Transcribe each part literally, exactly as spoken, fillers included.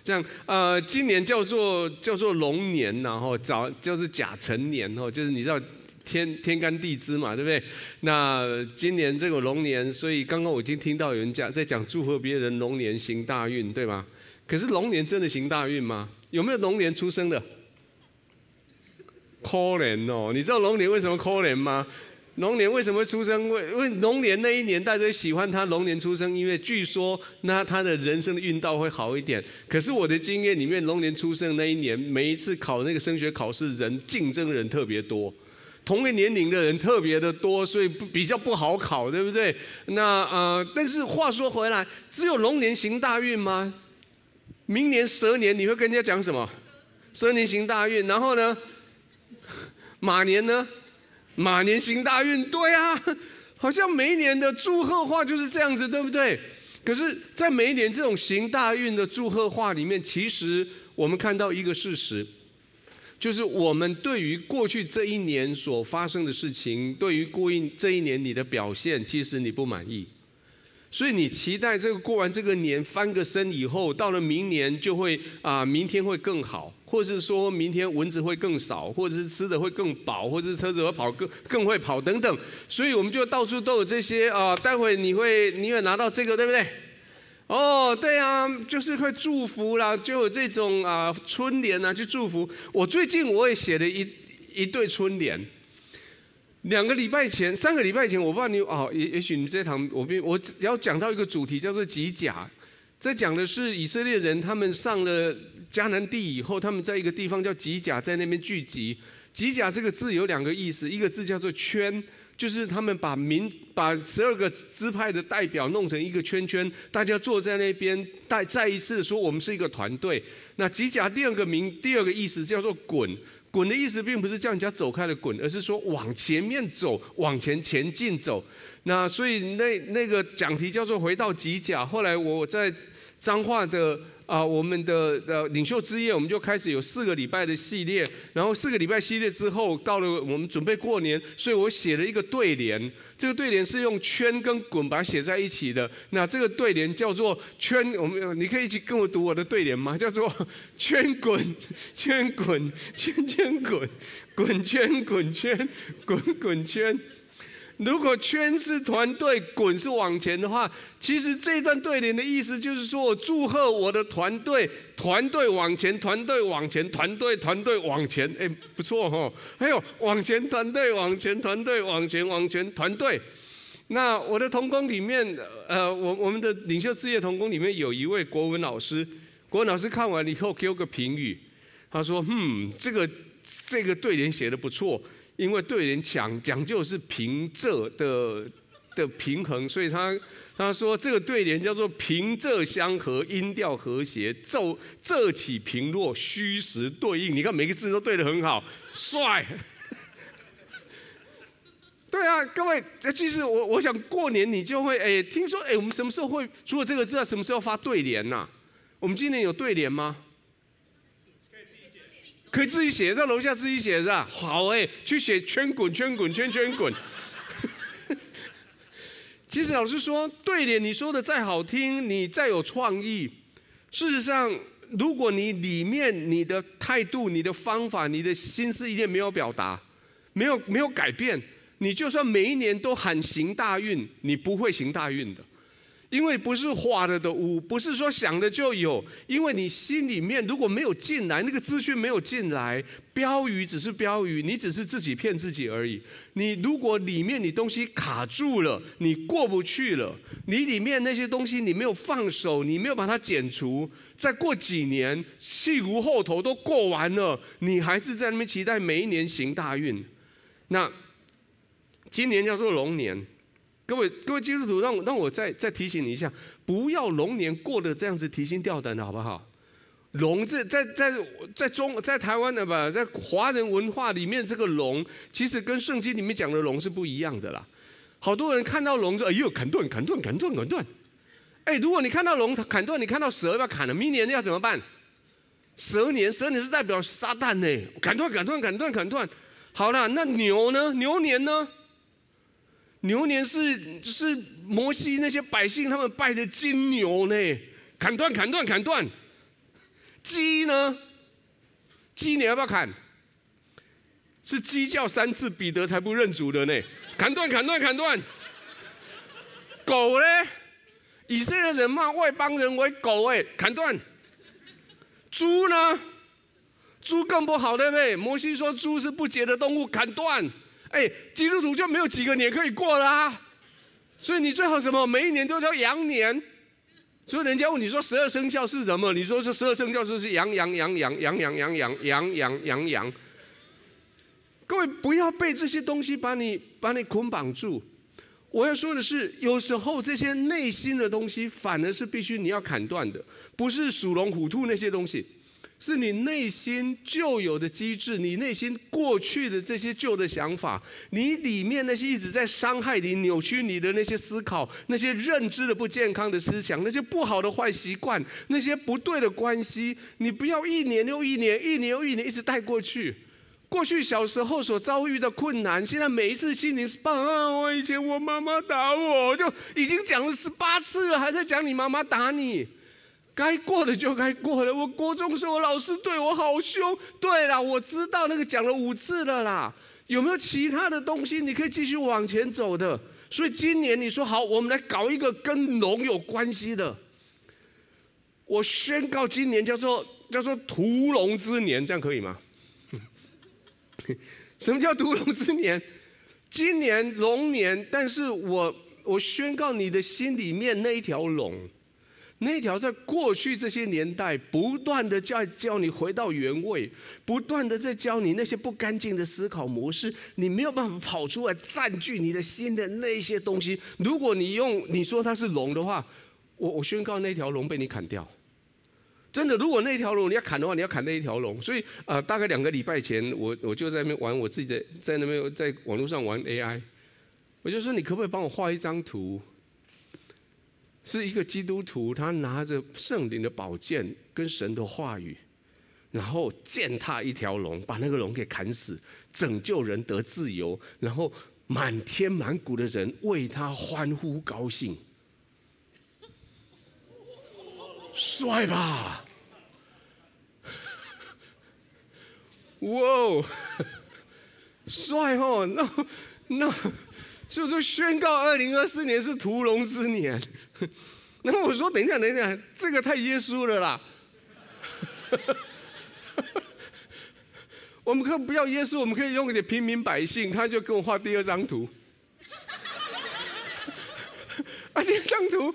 这样呃，今年叫做叫做龙年，然后早就是甲辰年哦，就是你知道天天干地支嘛，对不对？那今年这个龙年，所以刚刚我已经听到有人讲在讲祝贺别人龙年行大运，对吗？可是龙年真的行大运吗？有没有龙年出生的？可怜哦，你知道龙年为什么可怜吗？龙年为什么会出生？因为龙年那一年大家喜欢他龙年出生，因为据说那他的人生的运道会好一点。可是我的经验里面，龙年出生那一年，每一次考那个升学考试，人竞争人特别多，同个年龄的人特别的多，所以比较不好考，对不对？那呃，但是话说回来，只有龙年行大运吗？明年蛇年你会跟人家讲什么？蛇年行大运，然后呢？马年呢？马年行大运，对啊，好像每一年的祝贺话就是这样子，对不对？可是，在每一年这种行大运的祝贺话里面，其实我们看到一个事实，就是我们对于过去这一年所发生的事情，对于过一这一年你的表现，其实你不满意。所以你期待这个过完这个年翻个身以后，到了明年就会啊、呃，明天会更好，或是说明天蚊子会更少，或者是吃的会更饱，或者是车子会跑更更会跑等等。所以我们就到处都有这些啊、呃，待会你会你会拿到这个，对不对？哦，对啊，就是会祝福啦，就有这种啊、呃、春联啊去祝福。我最近我也写了一一对春联。两个礼拜前，三个礼拜前，我不知道你哦，也也许你这堂我我要讲到一个主题叫做吉甲，这讲的是以色列人他们上了迦南地以后，他们在一个地方叫吉甲，在那边聚集。吉甲这个字有两个意思，一个字叫做圈，就是他们把民把十二个支派的代表弄成一个圈圈，大家坐在那边，再再一次说我们是一个团队。那吉甲第二个名第二个意思叫做滚。滚的意思并不是叫人家走开的滚，而是说往前面走，往前前进走。那所以那那个讲题叫做回到吉甲。后来我在彰化的啊、呃，我们的呃领袖之夜，我们就开始有四个礼拜的系列。然后四个礼拜系列之后，到了我们准备过年，所以我写了一个对联。这个对联是用圈跟滚把它写在一起的。那这个对联叫做圈，我们你可以一起跟我读我的对联吗？叫做圈滚圈滚圈圈滚，滚圈滚圈滚滚圈。如果圈是团队，滚是往前的话，其实这段对联的意思就是说，我祝贺我的团队，团队往前，团队往前，团队团队往前，哎，不错哈。还有往前团队往前，团队往前往前团队。那我的同工里面，呃，我我们的领袖之夜同工里面有一位国文老师，国文老师看完了以后给我个评语，他说：“嗯，这个这个对联写得不错。”因为对联讲讲究是平仄的的平衡，所以他他说这个对联叫做平仄相合，音调和谐，仄仄起平落，虚实对应。你看每个字都对得很好，帅。对啊，各位，其实我我想过年你就会哎，听说哎，我们什么时候会除了这个之外，什么时候发对联呐、啊？我们今年有对联吗？可以自己写，在楼下自己写是吧？好哎，去写圈滚圈滚圈圈滚。其实老实说，对联你说的再好听，你再有创意，事实上，如果你里面你的态度、你的方法、你的心思意念没有表达，没有没有改变，你就算每一年都喊行大运，你不会行大运的。因为不是画了的屋，不是说想的就有，因为你心里面如果没有进来，那个资讯没有进来，标语只是标语，你只是自己骗自己而已。你如果里面你东西卡住了，你过不去了，你里面那些东西你没有放手，你没有把它剪除，再过几年屁股后头都过完了，你还是在那边期待每一年行大运。那今年叫做龙年。各位各位基督徒，让我让我再再提醒你一下，不要龙年过得这样子提心吊胆的好不好？龙这在在在中在台湾的吧，在华人文化里面，这个龙其实跟圣经里面讲的龙是不一样的啦。好多人看到龙就哎呦砍断砍断砍断砍断，哎，如果你看到龙砍断，你看到蛇要不要砍了？明年要怎么办？蛇年蛇年是代表撒旦呢，砍断砍断砍断砍断。好了，那牛呢？牛年呢？牛年是是摩西那些百姓他们拜的金牛呢，砍断砍断砍断。 鸡呢？鸡你要不要砍？是鸡叫三次，彼得才不认主的呢。砍断，砍断，砍断。狗呢？以色列人骂外邦人为狗，哎，砍断。猪呢？猪更不好，对不对？摩西说猪是不洁的动物，砍断。哎，基督徒就没有几个年可以过啦、啊。所以你最好什么？每一年都叫羊年。所以人家问你说十二生肖是什么？你说这十二生肖就是羊羊羊羊羊羊羊羊羊羊羊羊。各位不要被这些东西把你把你捆绑住。我要说的是，有时候这些内心的东西反而是必须你要砍断的，不是属龙虎兔那些东西。是你内心旧有的机制，你内心过去的这些旧的想法，你里面那些一直在伤害你、扭曲你的那些思考，那些认知的不健康的思想，那些不好的坏习惯，那些不对的关系，你不要一年又一年、一年又一年一直带过去。过去小时候所遭遇的困难，现在每一次心灵是啊，我以前我妈妈打我，就已经讲了十八次了，还在讲你妈妈打你。该过的就该过了。我国中时候老师对我好凶，对啦，我知道那个讲了五次了啦。有没有其他的东西你可以继续往前走的？所以今年你说好，我们来搞一个跟龙有关系的。我宣告今年叫做叫做屠龙之年，这样可以吗？什么叫屠龙之年？今年龙年，但是我我宣告你的心里面那一条龙。那条在过去这些年代不断的教教你回到原位，不断的在教你那些不干净的思考模式，你没有办法跑出来占据你的心的那些东西。如果你用你说它是龙的话，我我宣告那条龙被你砍掉。真的，如果那条龙你要砍的话，你要砍那一条龙。所以呃，大概两个礼拜前，我我就在那边玩我自己的，在那边在网络上玩 A I， 我就说你可不可以帮我画一张图？是一个基督徒，他拿着圣灵的宝剑跟神的话语，然后践踏一条龙，把那个龙给砍死，拯救人得自由，然后满天满谷的人为他欢呼高兴，帅吧？哇哦，帅哦！那那。所以我就宣告二零二四年是屠龙之年。然后我说等一下等一下，这个太耶稣了啦。我们可不要耶稣，我们可以用一点平民百姓。他就给我画第二张图。啊，第二张图。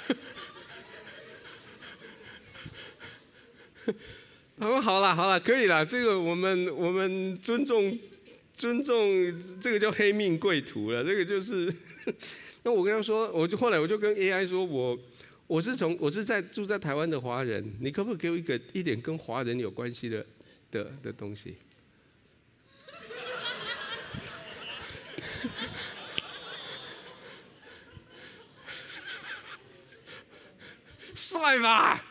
他说好了好了，可以了，这个我们我们尊重。尊重这个叫黑命贵图了，这个就是。那我跟他说，我就后来我就跟 A I 说，我我是从我是在住在台湾的华人，你可不可以给我一个一点跟华人有关系的的的东西？帅吧？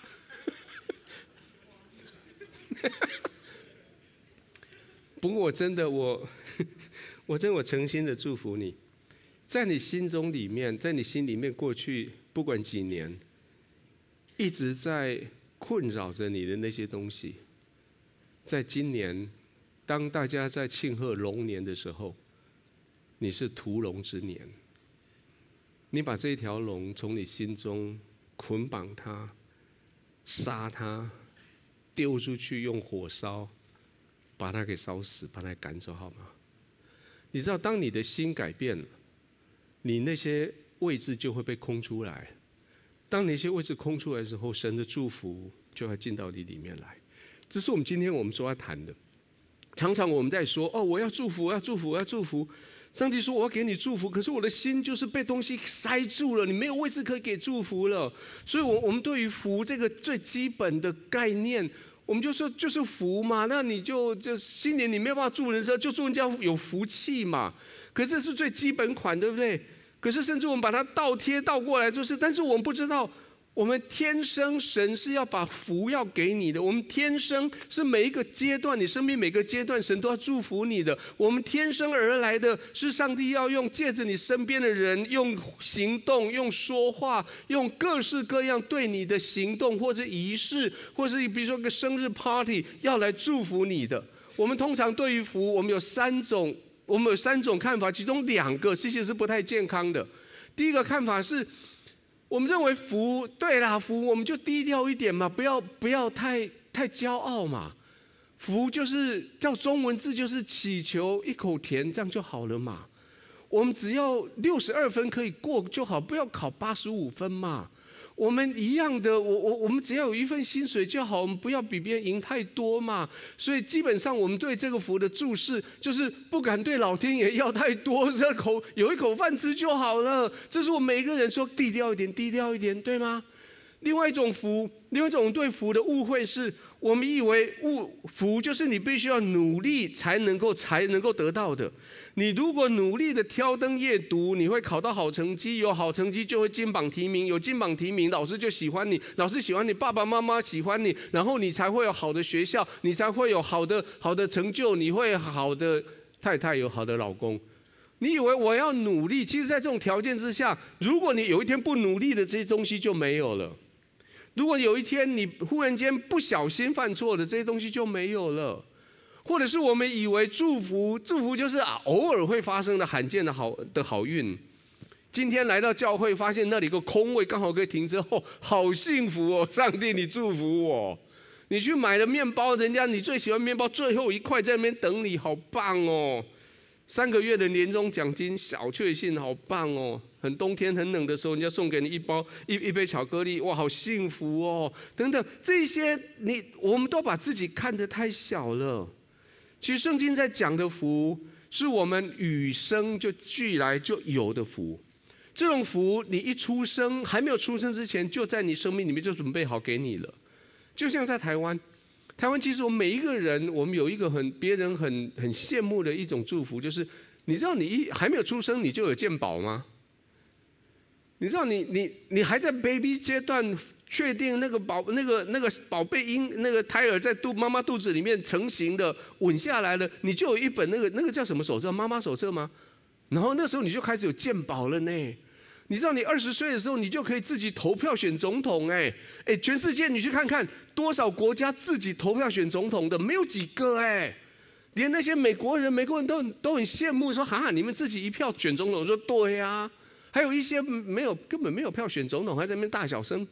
不过我真的我，我真的我诚心的祝福你，在你心中里面，在你心里面过去不管几年，一直在困扰着你的那些东西，在今年，当大家在庆贺龙年的时候，你是屠龙之年。你把这一条龙从你心中捆绑它，杀它，丢出去用火烧。把它给烧死，把它赶走，好吗？你知道，当你的心改变了，你那些位置就会被空出来。当那些位置空出来的时候，神的祝福就要进到你里面来。这是我们今天我们所要谈的。常常我们在说：“哦，我要祝福，我要祝福，我要祝福。”上帝说：“我要给你祝福。”可是我的心就是被东西塞住了，你没有位置可以给祝福了。所以，我我们对于福这个最基本的概念。我们就说就是福嘛，那你就就新年你没有办法祝人生，就祝人家有福气嘛。可是这是最基本款，对不对？可是甚至我们把它倒贴倒过来，就是，但是我们不知道我们天生神是要把福要给你的，我们天生是每一个阶段，你生命每个阶段神都要祝福你的。我们天生而来的是上帝要用借着你身边的人，用行动，用说话，用各式各样对你的行动或者仪式，或是比如说个生日 party 要来祝福你的。我们通常对于福，我们有三种，我们有三种看法，其中两个其实是不太健康的。第一个看法是，我们认为福，对啦，福我们就低调一点嘛，不要不要太太骄傲嘛。福就是叫中文字，就是祈求一口甜，这样就好了嘛。我们只要六十二分可以过就好，不要考八十五分嘛。我们一样的，我我我们只要有一份薪水就好，我们不要比别人赢太多嘛。所以基本上我们对这个福的注释，就是不敢对老天爷要太多，这口有一口饭吃就好了。这是我们每一个人说低调一点，低调一点，对吗？另外一种福，另外一种对福的误会是，我们以为物福就是你必须要努力才能够才能够得到的。你如果努力的挑灯夜读，你会考到好成绩，有好成绩就会金榜题名，有金榜题名，老师就喜欢你，老师喜欢你，爸爸妈妈喜欢你，然后你才会有好的学校，你才会有好的好的成就，你会好的太太，有好的老公。你以为我要努力，其实在这种条件之下，如果你有一天不努力的，这些东西就没有了。如果有一天你忽然间不小心犯错的，这些东西就没有了。或者是我们以为祝福，祝福就是啊偶尔会发生的罕见的好的好运。今天来到教会，发现那里有个空位，刚好可以停车，哦，好幸福哦！上帝，你祝福我。你去买了面包，人家你最喜欢面包，最后一块在那边等你，好棒哦！三个月的年终奖金，小确幸，好棒哦！很冬天很冷的时候，人家送给你一包一一杯巧克力，哇，好幸福哦！等等，这些你我们都把自己看得太小了。其实圣经在讲的福，是我们与生就俱来就有的福。这种福，你一出生还没有出生之前，就在你生命里面就准备好给你了。就像在台湾，台湾其实我们每一个人，我们有一个很别人很很羡慕的一种祝福，就是你知道你一还没有出生你就有健保吗？你知道你你你还在 baby 阶段，确定那个宝那个那个宝贝婴那个胎儿在肚妈妈肚子里面成型的稳下来了，你就有一本那个那个叫什么手册？妈妈手册吗？然后那时候你就开始有健保了呢。你知道你二十岁的时候，你就可以自己投票选总统，哎哎，全世界你去看看多少国家自己投票选总统的，没有几个哎。连那些美国人，美国人都都很羡慕，说哈哈，你们自己一票选总统，我说对啊。还有一些没有根本没有票选总统，还在那边大小声，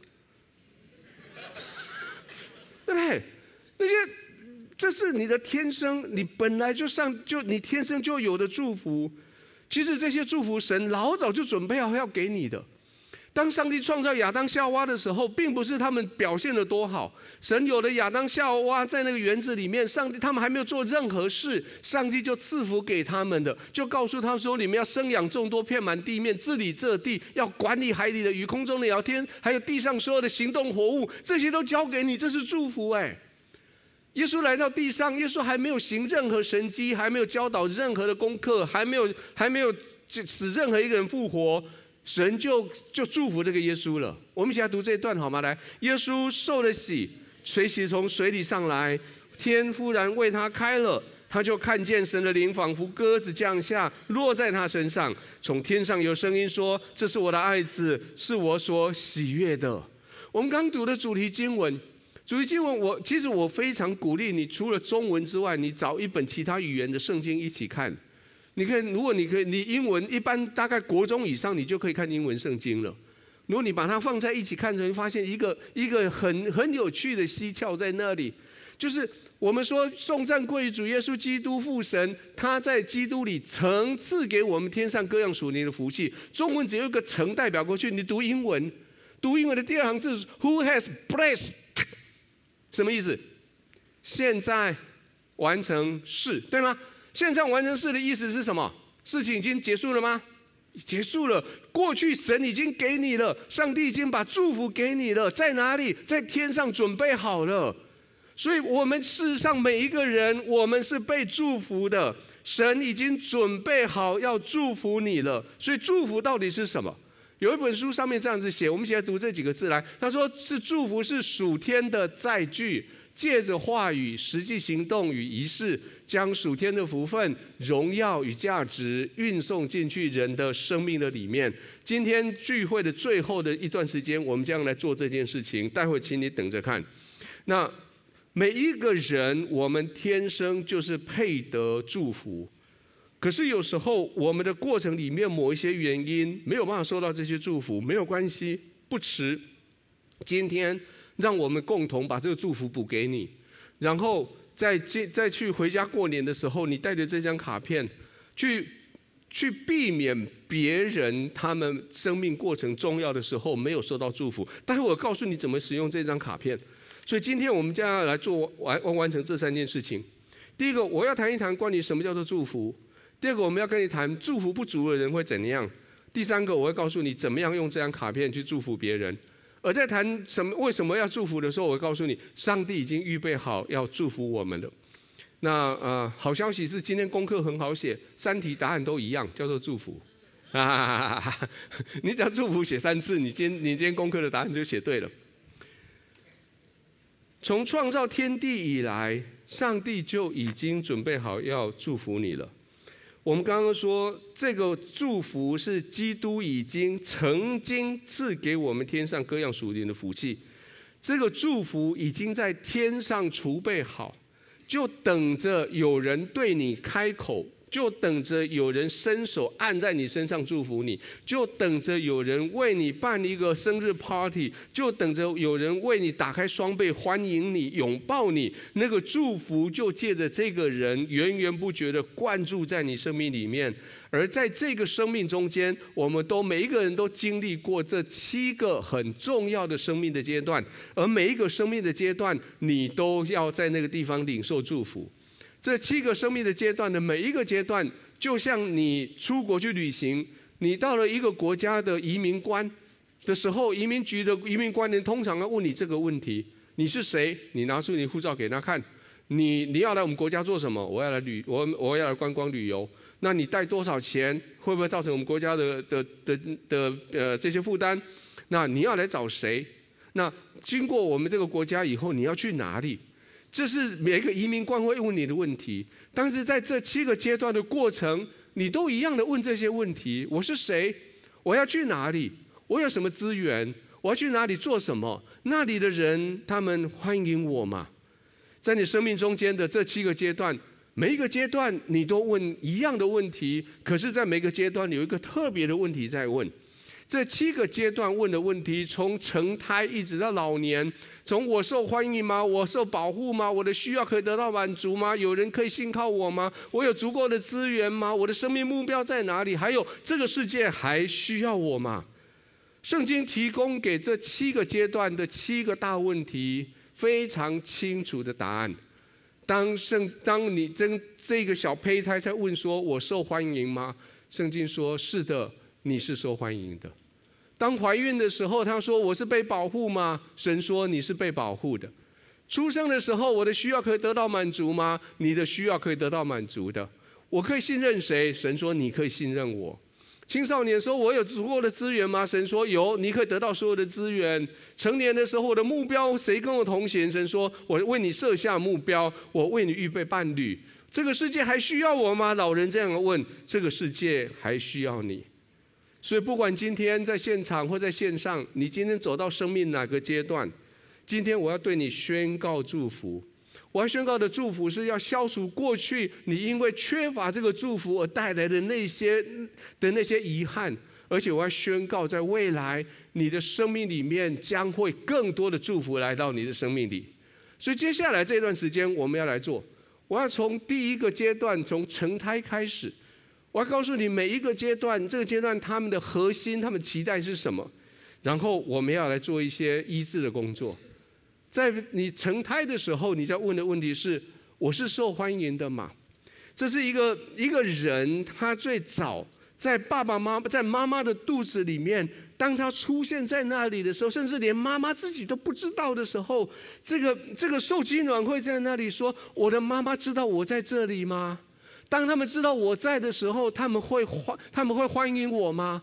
对不对？那些这是你的天生，你本来就上就你天生就有的祝福。其实这些祝福神老早就准备好要给你的。当上帝创造亚当夏娃的时候，并不是他们表现得多好，神有了亚当夏娃在那个园子里面，上帝他们还没有做任何事，上帝就赐福给他们的，就告诉他们说，你们要生养众多，遍满地面，治理这地，要管理海里的鱼，空中的鸟天，还有地上所有的行动活物，这些都交给你，这是祝福哎。耶稣来到地上，耶稣还没有行任何神迹，还没有教导任何的功课，还没有还没有使任何一个人复活，神就就祝福这个耶稣了。我们一起来读这一段好吗？来，耶稣受了洗，水洗从水里上来，天忽然为他开了，他就看见神的灵仿佛鸽子降下，落在他身上。从天上有声音说：“这是我的爱子，是我所喜悦的。”我们刚读的主题经文。主题经文我，我其实我非常鼓励你，除了中文之外，你找一本其他语言的圣经一起看。你可以，如果你可以，你英文一般大概国中以上，你就可以看英文圣经了。如果你把它放在一起看，你会发现一个一个很很有趣的蹊跷在那里，就是我们说颂赞归于主耶稣基督父神，他在基督里曾赐给我们天上各样属灵的福气。中文只有一个曾代表过去，你读英文，读英文的第二行字 ，Who has blessed？什么意思？现在完成式，对吗？现在完成式的意思是什么？事情已经结束了吗？结束了。过去神已经给你了，上帝已经把祝福给你了，在哪里？在天上准备好了。所以我们世上每一个人，我们是被祝福的，神已经准备好要祝福你了。所以祝福到底是什么？ 有一本书上面这样子写，我们一起来读这几个字来。他说是祝福是属天的载具，借着话语、实际行动与仪式，将属天的福分、荣耀与价值运送进去人的生命的里面。今天聚会的最后的一段时间，我们将来做这件事情，待会请你等着看。那每一个人，我们天生就是配得祝福。可是有时候我们的过程里面某一些原因没有办法收到这些祝福，没有关系，不迟。今天让我们共同把这个祝福补给你，然后再再去回家过年的时候，你带着这张卡片去去避免别人他们生命过程重要的时候没有收到祝福。待会我告诉你怎么使用这张卡片。所以今天我们将要来做完完成这三件事情。第一个，我要谈一谈关于什么叫做祝福。第二个，我们要跟你谈祝福不足的人会怎样。第三个，我会告诉你怎么样用这张卡片去祝福别人。而在谈什么为什么要祝福的时候，我会告诉你，上帝已经预备好要祝福我们了。那呃，好消息是今天功课很好写，三题答案都一样，叫做祝福。啊，你只要祝福写三次，你今天你今天功课的答案就写对了。从创造天地以来，上帝就已经准备好要祝福你了。我们刚刚说，这个祝福是基督已经曾经赐给我们天上各样属灵的福气，这个祝福已经在天上储备好，就等着有人对你开口，就等着有人伸手按在你身上祝福你，就等着有人为你办一个生日 party， 就等着有人为你打开双臂欢迎你拥抱你，那个祝福就借着这个人源源不绝地灌注在你生命里面。而在这个生命中间，我们都每一个人都经历过这七个很重要的生命的阶段，而每一个生命的阶段你都要在那个地方领受祝福。这七个生命的阶段的每一个阶段，就像你出国去旅行，你到了一个国家的移民官的时候，移民局的移民官员通常要问你这个问题：你是谁？你拿出你护照给他看。你你要来我们国家做什么？我要来旅我我要来观光旅游。那你带多少钱？会不会造成我们国家的的的的呃这些负担？那你要来找谁？那经过我们这个国家以后，你要去哪里？这是每一个移民官会问你的问题。但是在这七个阶段的过程，你都一样的问这些问题：我是谁？我要去哪里？我有什么资源？我要去哪里做什么？那里的人他们欢迎我吗？在你生命中间的这七个阶段，每一个阶段你都问一样的问题，可是在每个阶段有一个特别的问题在问。这七个阶段问的问题，从成胎一直到老年，从我受欢迎吗？我受保护吗？我的需要可以得到满足吗？有人可以信靠我吗？我有足够的资源吗？我的生命目标在哪里？还有这个世界还需要我吗？圣经提供给这七个阶段的七个大问题非常清楚的答案。当圣当你真这个小胚胎在问说：“我受欢迎吗？”圣经说：“是的，你是受欢迎的。”当怀孕的时候，他说：“我是被保护吗？”神说：“你是被保护的。”出生的时候，我的需要可以得到满足吗？你的需要可以得到满足的。我可以信任谁？神说：“你可以信任我。”青少年说：“我有足够的资源吗？”神说：“有，你可以得到所有的资源。”成年的时候，我的目标谁跟我同行？神说：“我为你设下目标，我为你预备伴侣。”这个世界还需要我吗？老人这样问：“这个世界还需要你。”所以不管今天在现场或在线上，你今天走到生命哪个阶段，今天我要对你宣告祝福。我要宣告的祝福是要消除过去你因为缺乏这个祝福而带来的那些的那些遗憾，而且我要宣告在未来你的生命里面将会更多的祝福来到你的生命里。所以接下来这段时间我们要来做，我要从第一个阶段，从成胎开始，我要告诉你每一个阶段，这个阶段他们的核心，他们期待是什么，然后我们要来做一些医治的工作。在你成胎的时候，你在问的问题是：我是受欢迎的吗？这是一个一个人，他最早在爸爸妈妈在妈妈的肚子里面，当他出现在那里的时候，甚至连妈妈自己都不知道的时候，这个这个受精卵会在那里说：我的妈妈知道我在这里吗？当他们知道我在的时候，他们会欢他们会欢迎我吗？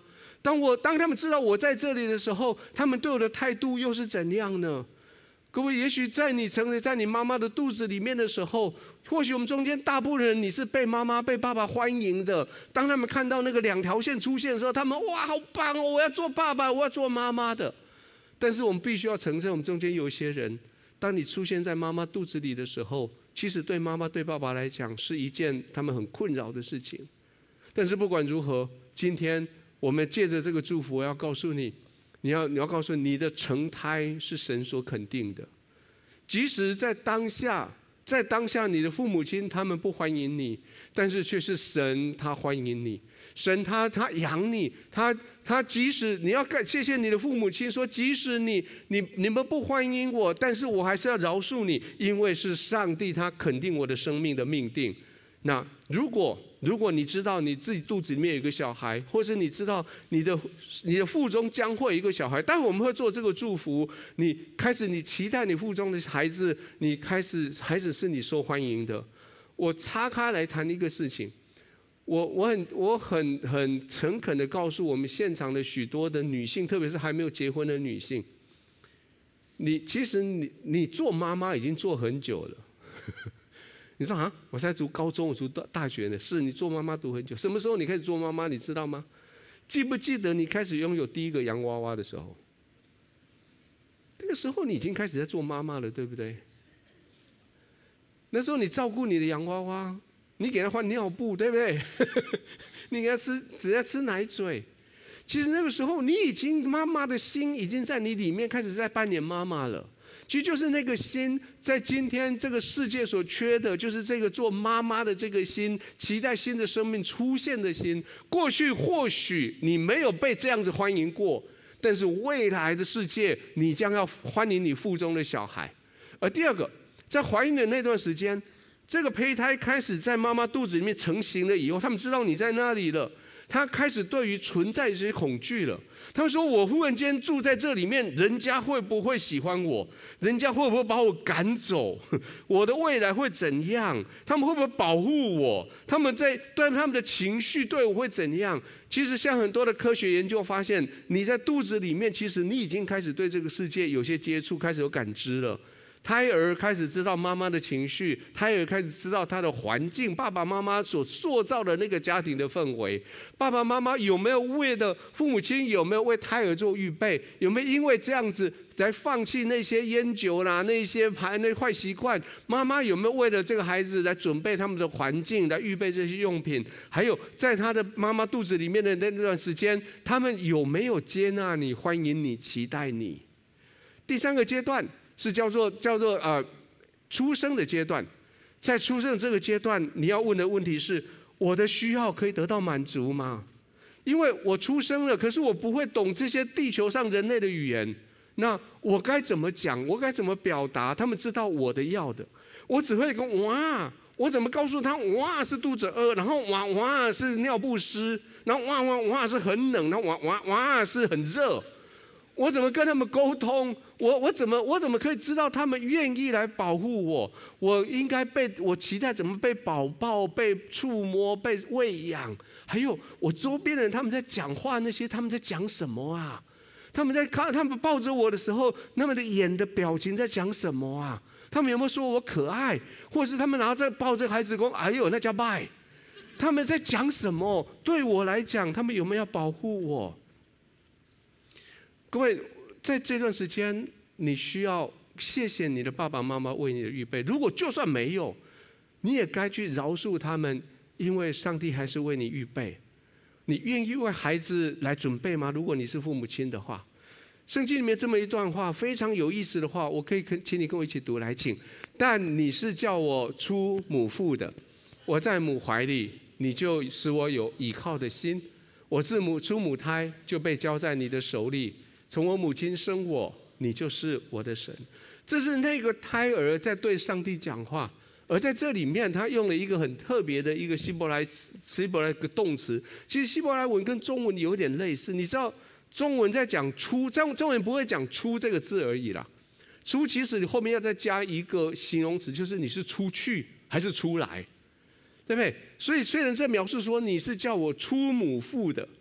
当我当他们知道我在这里的时候，他们对我的态度又是怎样呢？各位，也许在你成为在你妈妈的肚子里面的时候，或许我们中间大部分人你是被妈妈被爸爸欢迎的。当他们看到那个两条线出现的时候，他们哇好棒哦，我要做爸爸，我要做妈妈的。但是我们必须要承认，我们中间有一些人，当你出现在妈妈肚子里的时候，其实对妈妈对爸爸来讲是一件他们很困扰的事情。但是不管如何，今天我们借着这个祝福，我要告诉你，你要你要告诉你，你的成胎是神所肯定的。即使在当下，在当下你的父母亲他们不欢迎你，但是却是神他欢迎你。神他他养你，他他即使你要感谢谢你的父母亲，说即使你你你们不欢迎我，但是我还是要饶恕你，因为是上帝他肯定我的生命的命定。那如果如果你知道你自己肚子里面有一个小孩，或是你知道你的你的腹中将会有一个小孩，但我们会做这个祝福，你开始你期待你腹中的孩子，你开始孩子是你受欢迎的。我岔开来谈一个事情，我我很我很很诚恳的告诉我们现场的许多的女性，特别是还没有结婚的女性，你其实你你做妈妈已经做很久了。你说啊，我在读高中，我读大学呢。是你做妈妈读很久，什么时候你开始做妈妈？你知道吗？记不记得你开始拥有第一个洋娃娃的时候？那个时候你已经开始在做妈妈了，对不对？那时候你照顾你的洋娃娃，你给他换尿布，对不对？你给他吃，只要吃奶嘴。其实那个时候你已经妈妈的心已经在你里面开始在扮演妈妈了。其实就是那个心，在今天这个世界所缺的，就是这个做妈妈的这个心，期待新的生命出现的心。过去或许你没有被这样子欢迎过，但是未来的世界，你将要欢迎你腹中的小孩。而第二个，在怀孕的那段时间，这个胚胎开始在妈妈肚子里面成型了以后，他们知道你在那里了。他开始对于存在这些恐惧了。他们说：“我忽然间住在这里面，人家会不会喜欢我？人家会不会把我赶走？我的未来会怎样？他们会不会保护我？他们在对他们的情绪对我会怎样？”其实，像很多的科学研究发现，你在肚子里面，其实你已经开始对这个世界有些接触，开始有感知了。胎儿开始知道妈妈的情绪，胎儿开始知道他的环境，爸爸妈妈所塑造的那个家庭的氛围。爸爸妈妈有没有为的父母亲有没有为胎儿做预备？有没有因为这样子来放弃那些烟酒啦、那些排那坏习惯？妈妈有没有为了这个孩子来准备他们的环境，来预备这些用品？还有在他的妈妈肚子里面的那段时间，他们有没有接纳你、欢迎你、期待你？第三个阶段是叫做叫做呃出生的阶段。在出生这个阶段，你要问的问题是：我的需要可以得到满足吗？因为我出生了，可是我不会懂这些地球上人类的语言，那我该怎么讲？我该怎么表达？他们知道我的要的，我只会跟哇，我怎么告诉他哇是肚子饿，然后哇哇是尿不湿，然后哇哇哇是很冷，然后哇哇哇是很热。我怎么跟他们沟通？我我怎么我怎么可以知道他们愿意来保护我？我应该被我期待怎么被抱抱、被触摸、被喂养？还有我周边的人他们在讲话那些他们在讲什么啊？他们在看他们抱着我的时候，他们的眼的表情在讲什么啊？他们有没有说我可爱？或是他们然后在抱着孩子说：“哎呦，那叫拜。”他们在讲什么？对我来讲，他们有没有要保护我？各位，在这段时间，你需要谢谢你的爸爸妈妈为你的预备。如果就算没有，你也该去饶恕他们，因为上帝还是为你预备。你愿意为孩子来准备吗？如果你是父母亲的话，圣经里面这么一段话非常有意思的话，我可以请你跟我一起读来，请。但你是叫我出母腹的，我在母怀里，你就使我有倚靠的心。我自母出母胎就被交在你的手里。从我母亲生我，你就是我的神。这是那个胎儿在对上帝讲话，而在这里面，他用了一个很特别的一个希伯来词，希伯来个动词。其实希伯来文跟中文有点类似，你知道中文在讲出，中中文不会讲出这个字而已啦。出其实你后面要再加一个形容词，就是你是出去还是出来，对不对？所以虽然在描述说你是叫我出母腹的。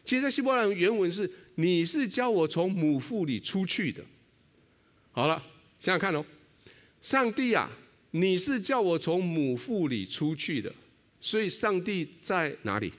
其实，在希伯来原文是“你是叫我从母腹里出去的”。好了，想想看哦，上帝啊，你是叫我从母腹里出去的，所以上帝在哪里？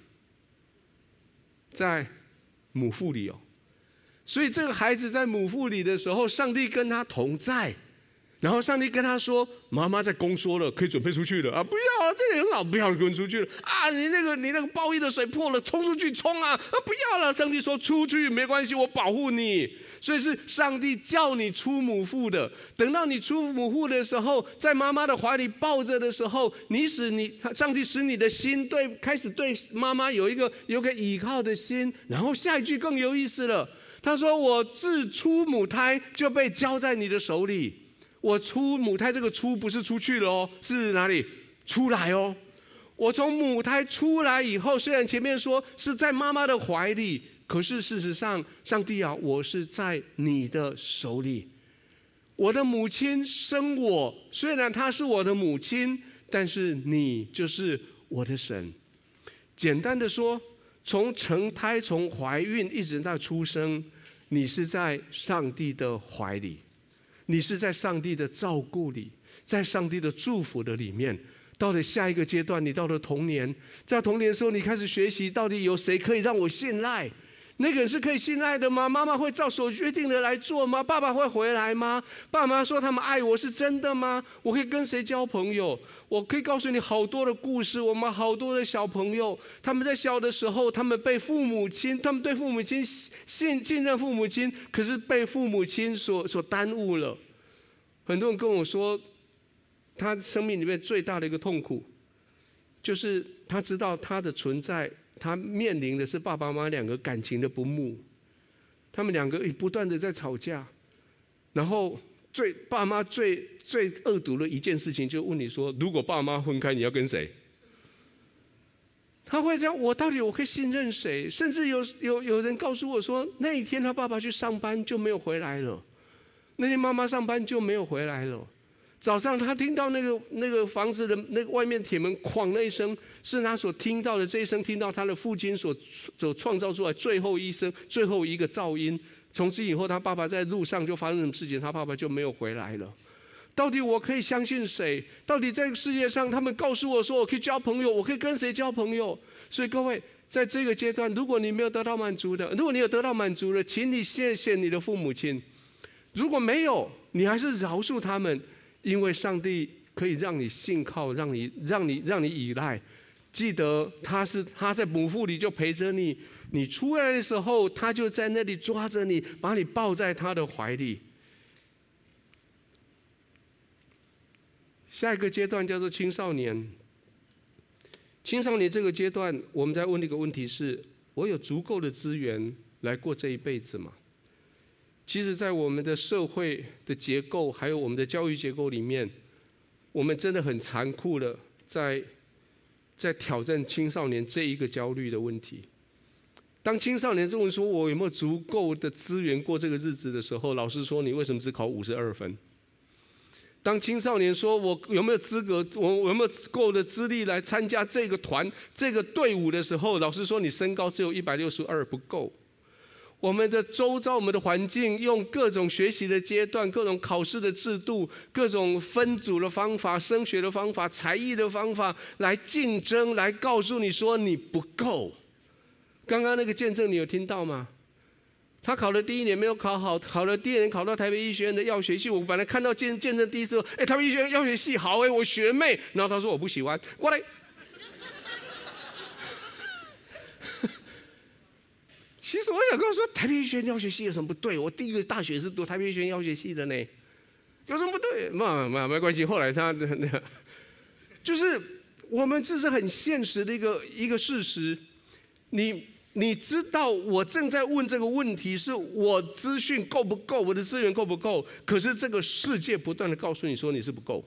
在母腹里哦。所以这个孩子在母腹里的时候，上帝跟他同在。然后上帝跟他说：“妈妈在宫缩了，可以准备出去了啊！不要啊，这也很好，不要跟出去了啊！你那个你那个包衣的水破了，冲出去冲啊！啊，不要了！”上帝说：“出去没关系，我保护你。”所以是上帝叫你出母腹的。等到你出母腹的时候，在妈妈的怀里抱着的时候，你使你上帝使你的心对开始对妈妈有一个有个倚靠的心。然后下一句更有意思了，他说：“我自出母胎就被交在你的手里。”我出母胎，这个出不是出去了哦，是哪里？出来哦。我从母胎出来以后，虽然前面说是在妈妈的怀里，可是事实上，上帝啊，我是在你的手里。我的母亲生我，虽然她是我的母亲，但是你就是我的神。简单的说，从成胎、从怀孕一直到出生，你是在上帝的怀里。你是在上帝的照顾里，在上帝的祝福的里面。到了下一个阶段，你到了童年，在童年的时候，你开始学习，到底有谁可以让我信赖？那个人是可以信赖的吗？妈妈会照所约定的来做吗？爸爸会回来吗？爸妈说他们爱我是真的吗？我可以跟谁交朋友？我可以告诉你好多的故事。我们好多的小朋友，他们在小的时候，他们被父母亲，他们对父母亲信信任父母亲，可是被父母亲所所耽误了。很多人跟我说，他生命里面最大的一个痛苦，就是他知道他的存在，他面临的是爸爸妈妈两个感情的不睦，他们两个不断的在吵架，然后最爸妈最最恶毒的一件事情，就问你说，如果爸妈分开，你要跟谁？他会这样，我到底我可以信任谁？甚至有有有人告诉我说，那一天他爸爸去上班就没有回来了，那天妈妈上班就没有回来了。早上他听到那个那个房子的那个外面铁门哐那一声，是他所听到的这一声，听到他的父亲所所创造出来最后一声最后一个噪音。从此以后，他爸爸在路上就发生什么事情，他爸爸就没有回来了。到底我可以相信谁？到底在世界上，他们告诉我说，我可以交朋友，我可以跟谁交朋友？所以各位，在这个阶段，如果你没有得到满足的，如果你有得到满足的，请你谢谢你的父母亲；如果没有，你还是饶恕他们。因为上帝可以让你信靠，让你让你让你依赖。记得他是他在母腹里就陪着你，你出来的时候，他就在那里抓着你，把你抱在他的怀里。下一个阶段叫做青少年。青少年这个阶段，我们在问一个问题是：我有足够的资源来过这一辈子吗？其实在我们的社会的结构还有我们的教育结构里面，我们真的很残酷的在在挑战青少年这一个焦虑的问题。当青少年问说我有没有足够的资源过这个日子的时候，老师说你为什么只考五十二分？当青少年说我有没有资格，我有没有够的资历来参加这个团这个队伍的时候，老师说你身高只有一百六十二不够。我们的周遭，我们的环境，用各种学习的阶段、各种考试的制度、各种分组的方法、升学的方法、才艺的方法来竞争，来告诉你说你不够。刚刚那个见证你有听到吗？他考了第一年没有考好，考了第二年考到台北医学院的药学系。我本来看到见见证第一次，哎，台北医学院药学系好哎，我学妹。然后他说我不喜欢，过来。其实我想跟他说，台北医学院药学系有什么不对？我第一个大学是读台北医学院药学系的呢，有什么不对？没没没关系。后来他就是我们这是很现实的一个一个事实。你你知道，我正在问这个问题，是我资讯够不够，我的资源够不够？可是这个世界不断的告诉你说你是不够。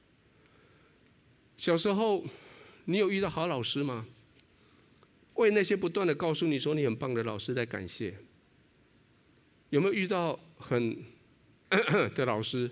小时候，你有遇到好老师吗？为那些不断的告诉你说你很棒的老师在感谢。有没有遇到很咳咳的老师？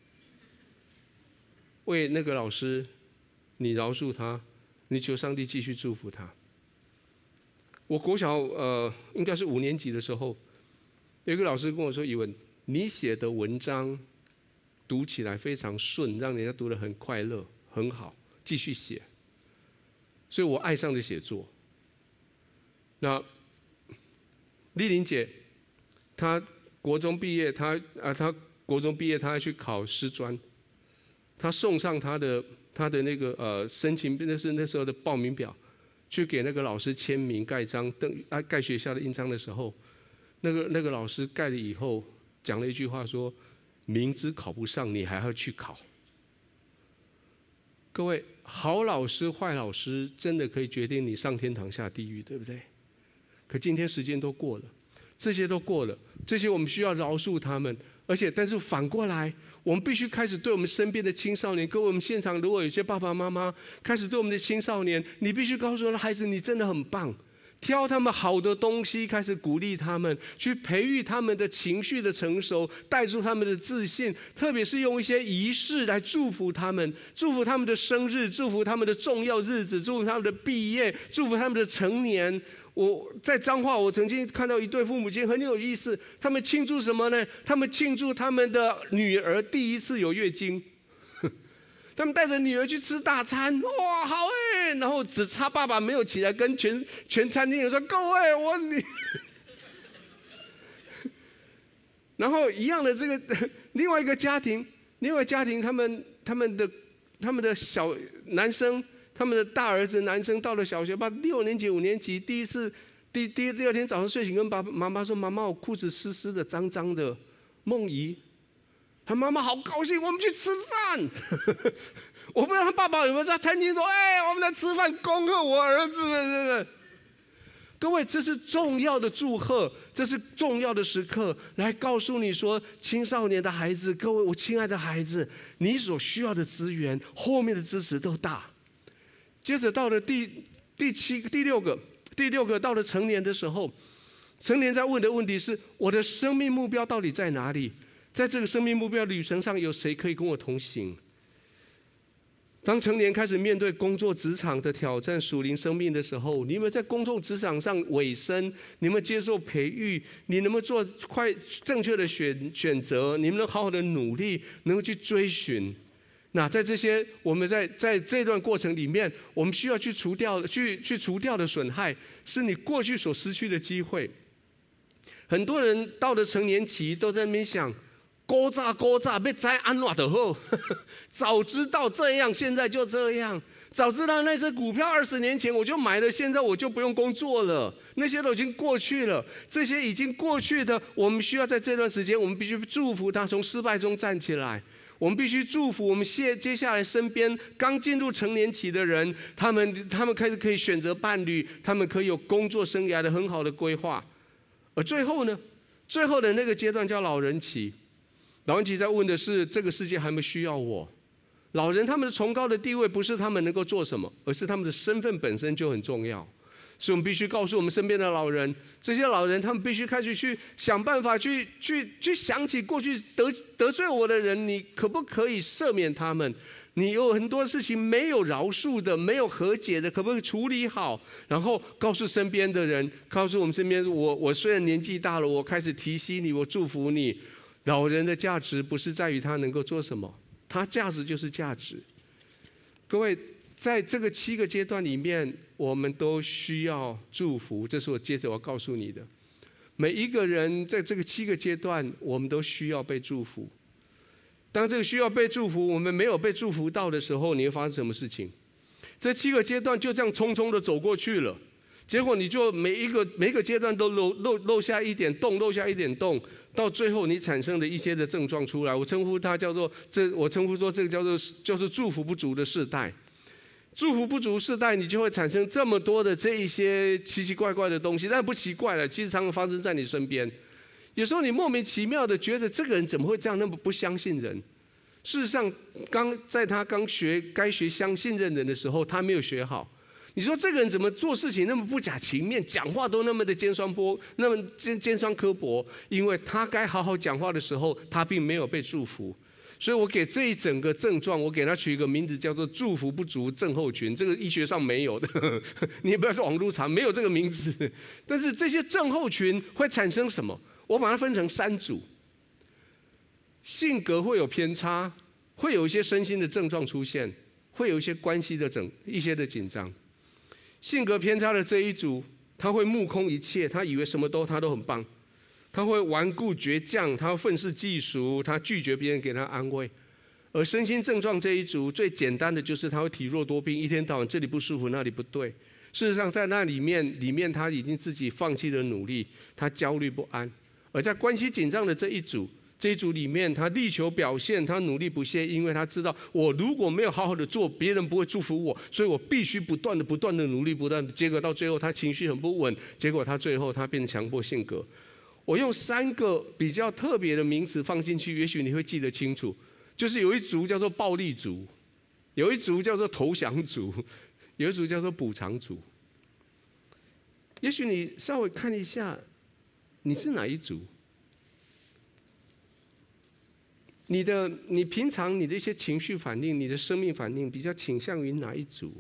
为那个老师，你饶恕他，你求上帝继续祝福他。 我国小呃应该是五年级的时候，有一个老师跟我说：“以文，你写的文章读起来非常顺，让人家读得很快乐，很好，继续写。”所以我爱上了写作。那丽玲姐，她国中毕业，她啊，她国中毕业，她要去考师专，她送上她的她的那个呃申请，那是那时候的报名表，去给那个老师签名盖章，登啊盖学校的印章的时候，那个那个老师盖了以后，讲了一句话说：“明知考不上，你还要去考。”各位，好老师、坏老师，真的可以决定你上天堂下地狱，对不对？可今天时间都过了，这些都过了，这些我们需要饶恕他们。而且，但是反过来，我们必须开始对我们身边的青少年，各位，我们现场如果有些爸爸妈妈开始对我们的青少年，你必须告诉他孩子，你真的很棒。挑他们好的东西，开始鼓励他们，去培育他们的情绪的成熟，带出他们的自信，特别是用一些仪式来祝福他们，祝福他们的生日，祝福他们的重要日子，祝福他们的毕业，祝福他们的成年。我在彰化，我曾经看到一对父母亲很有意思，他们庆祝什么呢？他们庆祝他们的女儿第一次有月经。他们带着女儿去吃大餐，哇，好哎！然后只差爸爸没有起来跟全全餐厅人说：“各位，我你。”然后一样的这个另外一个家庭，另外一个家庭，他们他们的他们的小男生，他们的大儿子男生到了小学吧，六年级五年级，第一次第第第二天早上睡醒，跟爸爸妈妈说：“妈妈，我裤子湿湿的，脏脏的。”梦怡。他妈妈好高兴，我们去吃饭。我不知道他爸爸有没有在餐厅说：“哎，我们来吃饭，恭贺我儿子。”各位，这是重要的祝贺，这是重要的时刻，来告诉你说，青少年的孩子，各位，我亲爱的孩子，你所需要的资源，后面的支持都大。接着到了第第七第六个第六个到了成年的时候，成年在问的问题是：我的生命目标到底在哪里？在这个生命目标旅程上，有谁可以跟我同行？当成年开始面对工作职场的挑战、属灵生命的时候，你们在工作职场上委身，你们接受培育，你能不能做快正确的选选择？你们能好好的努力，能够去追寻？那在这些我们在在这段过程里面，我们需要去除掉、去去除掉的损害，是你过去所失去的机会。很多人到了成年期，都在那边想。古早古早要知安怎就好，早知道这样，现在就这样。早知道那只股票二十年前我就买了，现在我就不用工作了。那些都已经过去了，这些已经过去的，我们需要在这段时间，我们必须祝福他从失败中站起来。我们必须祝福我们接接下来身边刚进入成年期的人，他们他们开始可以选择伴侣，他们可以有工作生涯的很好的规划。而最后呢，最后的那个阶段叫老人期。老人期在问的是：这个世界还有没有需要我？老人他们的崇高的地位不是他们能够做什么，而是他们的身份本身就很重要。所以我们必须告诉我们身边的老人，这些老人他们必须开始去想办法去去去想起过去得得罪我的人，你可不可以赦免他们？你有很多事情没有饶恕的，没有和解的，可不可以处理好？然后告诉身边的人，告诉我们身边，我我虽然年纪大了，我开始提醒你，我祝福你。老人的价值不是在于他能够做什么，他价值就是价值。各位，在这个七个阶段里面，我们都需要祝福，这是我接着我要告诉你的。每一个人在这个七个阶段，我们都需要被祝福。当这个需要被祝福，我们没有被祝福到的时候，你会发生什么事情？这七个阶段就这样匆匆的走过去了。结果你就每一个每一个阶段都漏漏漏下一点洞，漏下一点洞，到最后你产生的一些的症状出来，我称呼它叫做这，我称呼说这个叫做就是祝福不足的世代。祝福不足世代，你就会产生这么多的这一些奇奇怪怪的东西，但不奇怪了，其实常常发生在你身边。有时候你莫名其妙的觉得这个人怎么会这样，那么不相信人。事实上，刚在他刚学该学相信任人的时候，他没有学好。你说这个人怎么做事情那么不假情面，讲话都那么的尖酸波，那么尖尖酸刻薄？因为他该好好讲话的时候，他并没有被祝福。 所以我给这一整个症状，我给它取一个名字，叫做祝福不足症候群。这个医学上没有的，你也不要说网络查，没有这个名字。但是这些症候群会产生什么？我把它分成三组：性格会有偏差，会有一些身心的症状出现，会有一些关系的整一些的紧张。性格偏差的这一组，他会目空一切，他以为什么都他都很棒。他会顽固倔强，他会愤世嫉俗，他拒绝别人给他安慰。而身心症状这一组最简单的就是他会体弱多病，一天到晚这里不舒服那里不对。事实上在那里面里面他已经自己放弃了努力，他焦虑不安。而在关系紧张的这一组，这一组里面他力求表现，他努力不懈，因为他知道我如果没有好好的做，别人不会祝福我，所以我必须不断的不断的努力，不断的。结果到最后他情绪很不稳，结果他最后他变成强迫性格。我用三个比较特别的名词放进去，也许你会记得清楚。就是有一族叫做暴力族，有一族叫做投降族，有一族叫做补偿族。也许你稍微看一下，你是哪一族？你的你平常你的一些情绪反应、你的生命反应比较倾向于哪一族？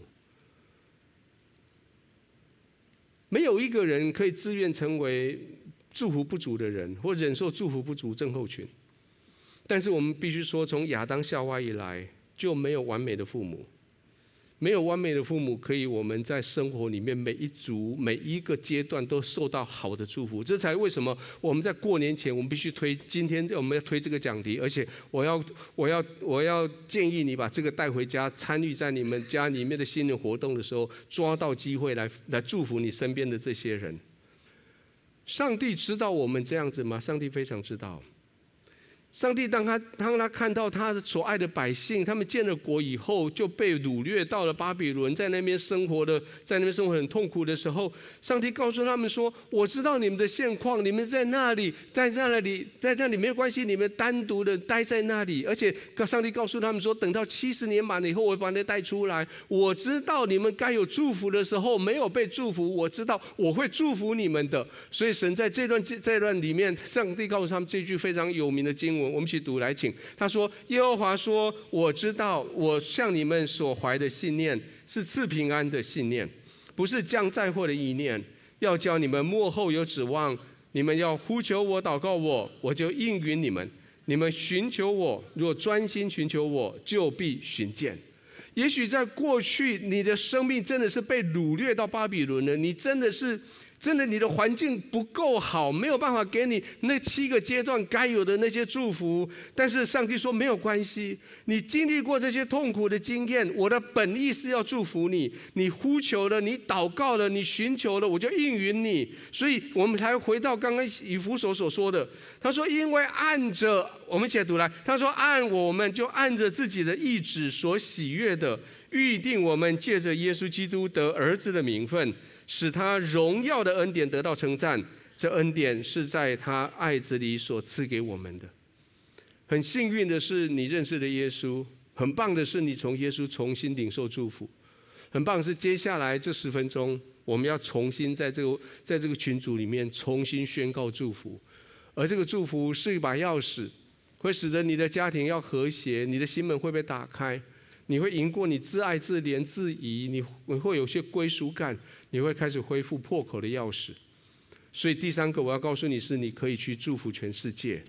没有一个人可以自愿成为祝福不足的人，或忍受祝福不足症候群。但是我们必须说，从亚当夏娃以来，就没有完美的父母，没有完美的父母可以我们在生活里面每一族每一个阶段都受到好的祝福。这才为什么我们在过年前我们必须推，今天我们要推这个讲题，而且我要我要我要建议你把这个带回家，参与在你们家里面的新年活动的时候，抓到机会来来祝福你身边的这些人。上帝知道我们这样子吗？上帝非常知道。上帝当他当他看到他所爱的百姓，他们建了国以后就被掳掠到了巴比伦，在那边生活的，在那边生活很痛苦的时候，上帝告诉他们说：“我知道你们的现况，你们在那里，在那里，在这里没有关系，你们单独的待在那里。而且上帝告诉他们说，等到七十年满了以后，我会把你们带出来。我知道你们该有祝福的时候没有被祝福，我知道我会祝福你们的。所以神在这段这段里面，上帝告诉他们这句非常有名的经文。”我们一起读来，请他说：“耶和华说，我知道我向你们所怀的信念是赐平安的信念，不是降灾祸的意念，要叫你们末后有指望。你们要呼求我、祷告我，我就应允你们。你们寻求我，若专心寻求我，就必寻见。”也许在过去，你的生命真的是被掳掠到巴比伦了，你真的是。真的，你的环境不够好，没有办法给你那七个阶段该有的那些祝福。但是上帝说没有关系，你经历过这些痛苦的经验，我的本意是要祝福你。你呼求了，你祷告了，你寻求了，我就应允你。所以我们才回到刚刚以弗所所说的，他说：“因为按着我们一起来读来，他说按我们就按着自己的意志所喜悦的，预定我们借着耶稣基督得儿子的名分。”使他荣耀的恩典得到称赞，这恩典是在他爱子里所赐给我们的。很幸运的是，你认识了耶稣；很棒的是，你从耶稣重新领受祝福；很棒的是，接下来这十分钟，我们要重新在这个在这个群组里面重新宣告祝福。而这个祝福是一把钥匙，会使得你的家庭要和谐，你的心门会被打开。你会赢过你自爱、自怜、自疑，你会有些归属感，你会开始恢复破口的钥匙。所以第三个我要告诉你是，你可以去祝福全世界。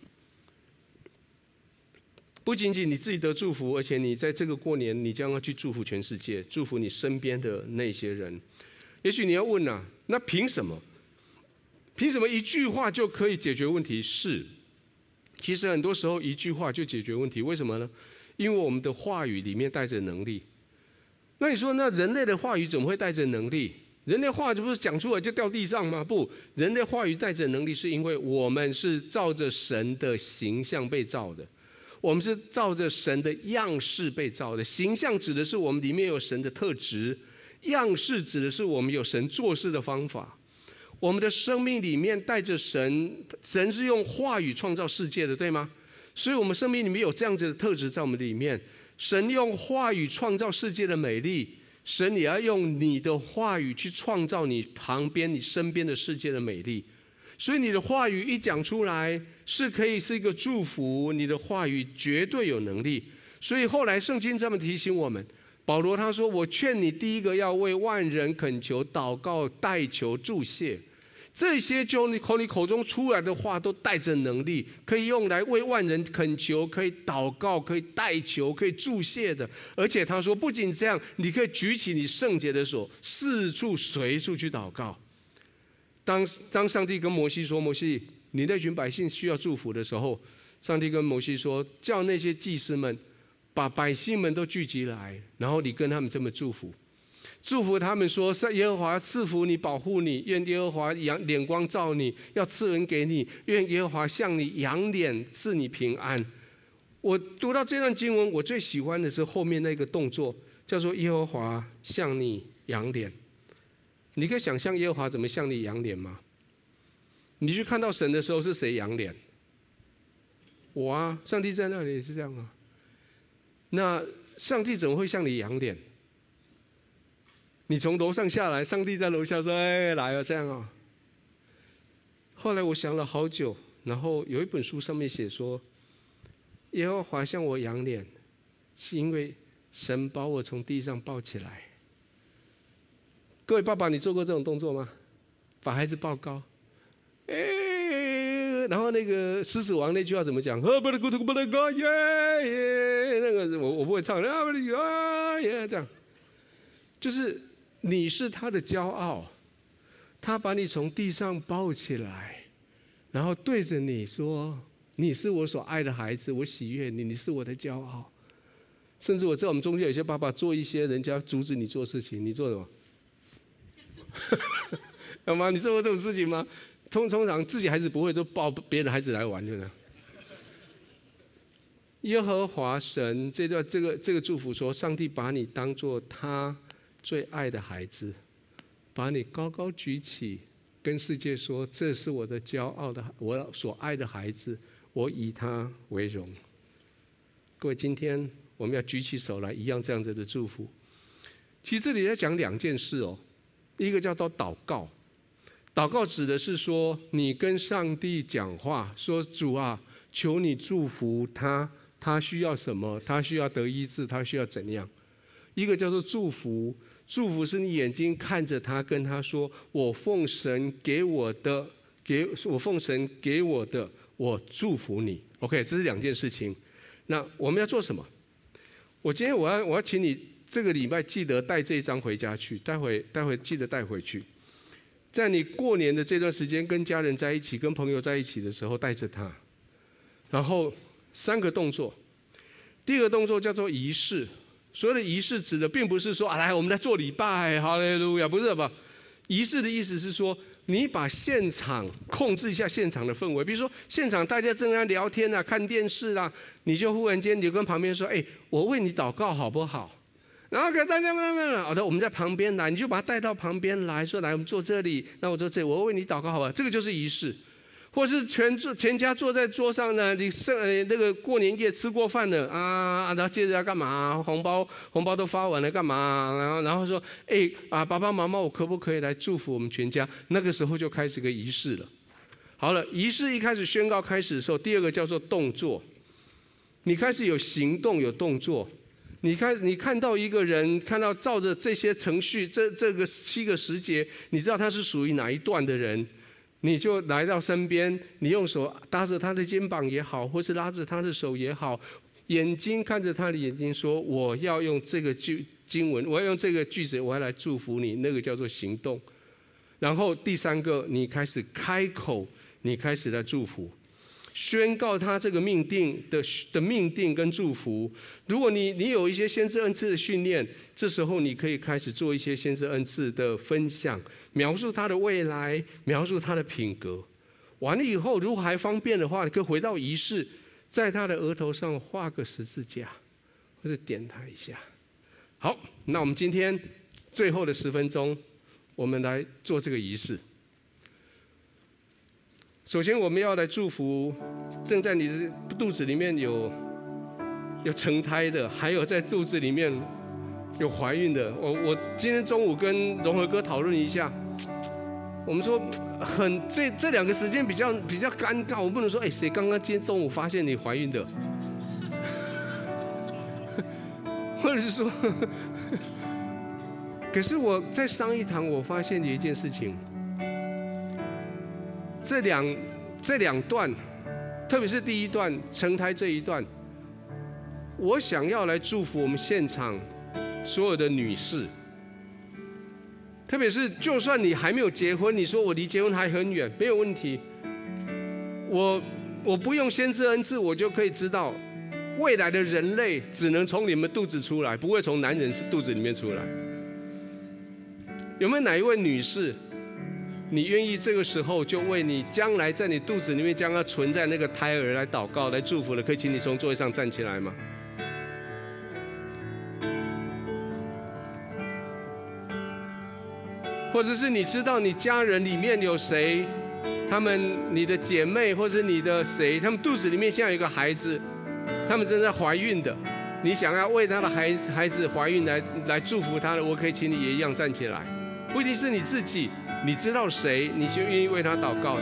不仅仅你自己得祝福，而且你在这个过年，你将要去祝福全世界，祝福你身边的那些人。也许你要问啊，那凭什么？凭什么一句话就可以解决问题？是，其实很多时候一句话就解决问题，为什么呢？因为我们的话语里面带着能力。那你说，那人类的话语怎么会带着能力？人类话语不是讲出来就掉地上吗？不，人类话语带着能力，是因为我们是照着神的形象被造的，我们是照着神的样式被造的。形象指的是我们里面有神的特质，样式指的是我们有神做事的方法。我们的生命里面带着神，神是用话语创造世界的，对吗？所以我们生命里面有这样子的特质在我们里面。神用话语创造世界的美丽，神也要用你的话语去创造你旁边、你身边的世界的美丽。 所以你的话语一讲出来，是可以是一个祝福，你的话语绝对有能力。所以后来圣经这么提醒我们，保罗他说：“我劝你第一个要为万人恳求、祷告、代求、祝谢。”这些就你口你口中出来的话都带着能力，可以用来为万人恳求，可以祷告，可以代求，可以祝谢的。而且他说，不仅这样，你可以举起你圣洁的手，四处随处去祷告。当当上帝跟摩西说：“摩西，你那群百姓需要祝福的时候，上帝跟摩西说，叫那些祭司们把百姓们都聚集来，然后你跟他们这么祝福。”祝福他们说：“耶和华赐福你，保护你；愿耶和华扬脸光照你，要赐恩给你；愿耶和华向你扬脸，赐你平安。”我读到这段经文，我最喜欢的是后面那个动作，叫做耶和华向你扬脸。你可以想象耶和华怎么向你扬脸吗？你去看到神的时候，是谁扬脸？我啊，上帝在那里也是这样啊。那上帝怎么会向你扬脸？你从楼上下来，上帝在楼下说：“哎，来啊，这样啊。”后来我想了好久，然后有一本书上面写说，耶和华向我扬脸，是因为神把我从地上抱起来。各位爸爸，你做过这种动作吗？把孩子抱高，哎，然后那个狮子王那句话怎么讲？啊，不能咕嘟不能高耶耶，那个我我不会唱，啊，不能啊耶，这样，就是。你是他的骄傲，他把你从地上抱起来，然后对着你说：“你是我所爱的孩子，我喜悦你，你是我的骄傲。”甚至我知道我们中间有些爸爸做一些人家阻止你做事情，你做什么？有吗？你做过这种事情吗？通通常自己孩子不会，都抱别人的孩子来玩，就这样。耶和华神这段这个这个祝福说：“上帝把你当作他最爱的孩子，把你高高举起，跟世界说：这是我的骄傲的，我所爱的孩子，我以他为荣。”各位，今天我们要举起手来，一样这样子的祝福。其实这里在讲两件事哦，一个叫做祷告，祷告指的是说你跟上帝讲话，说：“主啊，求你祝福他，他需要什么？他需要得医治，他需要怎样？”一个叫做祝福。祝福是你眼睛看着他，跟他说：“我奉神给我的，给我奉神给我的，我祝福你。” OK， 这是两件事情。那我们要做什么？我今天我要我要请你这个礼拜记得带这一张回家去，待会待会记得带回去。在你过年的这段时间，跟家人在一起，跟朋友在一起的时候，带着它。然后三个动作，第一个动作叫做仪式。所有的仪式指的并不是说啊，来我们来做礼拜，哈利路亚，不是吧？仪式的意思是说，你把现场控制一下现场的氛围，比如说现场大家正在聊天啊、看电视啊，你就忽然间你跟旁边说：“哎，我为你祷告好不好？”然后给大家慢慢好的，我们在旁边来，你就把他带到旁边来说：“来，我们坐这里，那我坐这里，我为你祷告好不好？”这个就是仪式。或是全坐全家坐在桌上呢，你剩呃那个过年夜吃过饭了啊，然后接着要干嘛？红包红包都发完了，干嘛？然后然后说，哎啊，爸爸妈妈，我可不可以来祝福我们全家？那个时候就开始个仪式了。好了，仪式一开始宣告开始的时候，第二个叫做动作，你开始有行动有动作。你看，你看到一个人，看到照着这些程序，这这个七个时节，你知道他是属于哪一段的人？你就来到身边，你用手搭着他的肩膀也好，或是拉着他的手也好，眼睛看着他的眼睛说：“我要用这个句经文，我要用这个句子，我要来祝福你。”那个叫做行动。然后第三个，你开始开口，你开始来祝福，宣告他这个命定的的命定跟祝福。如果你你有一些先知恩赐的训练，这时候你可以开始做一些先知恩赐的分享。描述他的未来，描述他的品格。完了以后，如果还方便的话，你可以回到仪式，在他的额头上画个十字架，或者点他一下。好，那我们今天最后的十分钟，我们来做这个仪式。首先，我们要来祝福正在你的肚子里面有有成胎的，还有在肚子里面有怀孕的。我我今天中午跟融合哥讨论一下。 我们说很这这两个时间比较比较尴尬，我不能说哎，谁刚刚今天中午发现你怀孕的，或者是说，可是我在上一堂我发现有一件事情，这两这两段，特别是第一段成胎这一段，我想要来祝福我们现场所有的女士。特别是，就算你还没有结婚，你说我离结婚还很远，没有问题。我我不用先知恩赐，我就可以知道，未来的人类只能从你们肚子出来，不会从男人肚子里面出来。有没有哪一位女士，你愿意这个时候就为你将来在你肚子里面将要存在那个胎儿来祷告、来祝福的？可以请你从座位上站起来吗？或者是你知道你家人里面有谁，他们你的姐妹或者你的谁，他们肚子里面现在有一个孩子，他们正在怀孕的，你想要为他的孩孩子怀孕来来祝福他的，我可以请你也一样站起来。不一定是你自己，你知道谁，你就愿意为他祷告的。